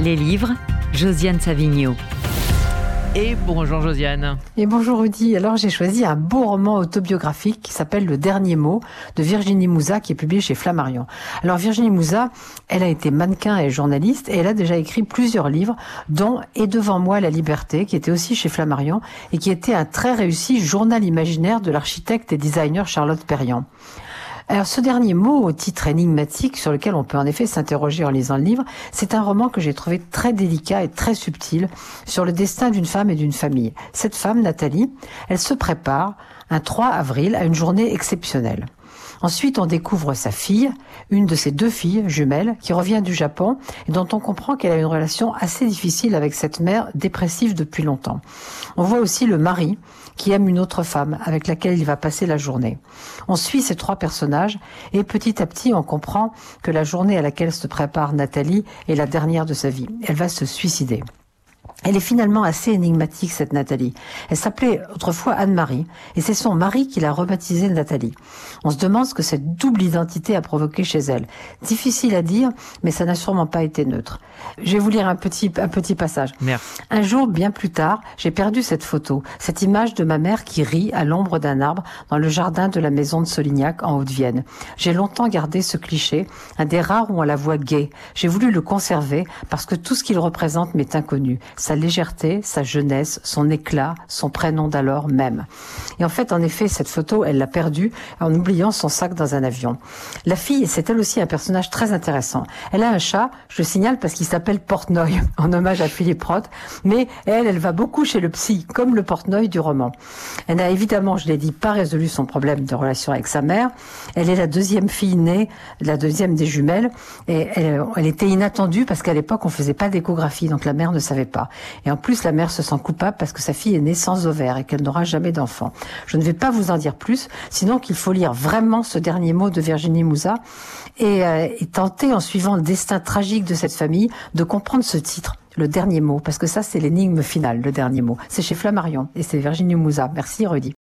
Les livres, Josiane Savigno. Et bonjour Josiane. Et bonjour Rudy. Alors j'ai choisi un beau roman autobiographique qui s'appelle Le Dernier mot de Virginie Mouza qui est publié chez Flammarion. Alors Virginie Mouza, elle a été mannequin et journaliste et elle a déjà écrit plusieurs livres dont Et devant moi la liberté qui était aussi chez Flammarion et qui était un très réussi journal imaginaire de l'architecte et designer Charlotte Perriand. Alors ce dernier mot au titre énigmatique sur lequel on peut en effet s'interroger en lisant le livre, c'est un roman que j'ai trouvé très délicat et très subtil sur le destin d'une femme et d'une famille. Cette femme, Nathalie, elle se prépare un 3 avril à une journée exceptionnelle. Ensuite, on découvre sa fille, une de ses deux filles jumelles, qui revient du Japon et dont on comprend qu'elle a une relation assez difficile avec cette mère dépressive depuis longtemps. On voit aussi le mari qui aime une autre femme avec laquelle il va passer la journée. On suit ces trois personnages et petit à petit, on comprend que la journée à laquelle se prépare Nathalie est la dernière de sa vie. Elle va se suicider. Elle est finalement assez énigmatique, cette Nathalie. Elle s'appelait autrefois Anne-Marie, et c'est son mari qui l'a rebaptisée Nathalie. On se demande ce que cette double identité a provoqué chez elle. Difficile à dire, mais ça n'a sûrement pas été neutre. Je vais vous lire un petit passage. Merci. Un jour, bien plus tard, j'ai perdu cette photo, cette image de ma mère qui rit à l'ombre d'un arbre dans le jardin de la maison de Solignac en Haute-Vienne. J'ai longtemps gardé ce cliché, un des rares où on la voit gaie. J'ai voulu le conserver parce que tout ce qu'il représente m'est inconnu. Sa légèreté, sa jeunesse, son éclat, son prénom d'alors même. Et en fait, en effet, cette photo, elle l'a perdue en oubliant son sac dans un avion. La fille, c'est elle aussi un personnage très intéressant. Elle a un chat, je le signale parce qu'il s'appelle Portnoy, en hommage à Philippe Roth, mais elle va beaucoup chez le psy, comme le Portnoy du roman. Elle n'a évidemment, je l'ai dit, pas résolu son problème de relation avec sa mère. Elle est la deuxième fille née, la deuxième des jumelles, et elle était inattendue parce qu'à l'époque, on faisait pas d'échographie, donc la mère ne savait pas. Et en plus, la mère se sent coupable parce que sa fille est née sans ovaire et qu'elle n'aura jamais d'enfant. Je ne vais pas vous en dire plus, sinon qu'il faut lire vraiment ce dernier mot de Virginie Mouza et tenter, en suivant le destin tragique de cette famille, de comprendre ce titre, Le Dernier mot, parce que ça, c'est l'énigme finale, le dernier mot. C'est chez Flammarion et c'est Virginie Mouza. Merci, Rudy.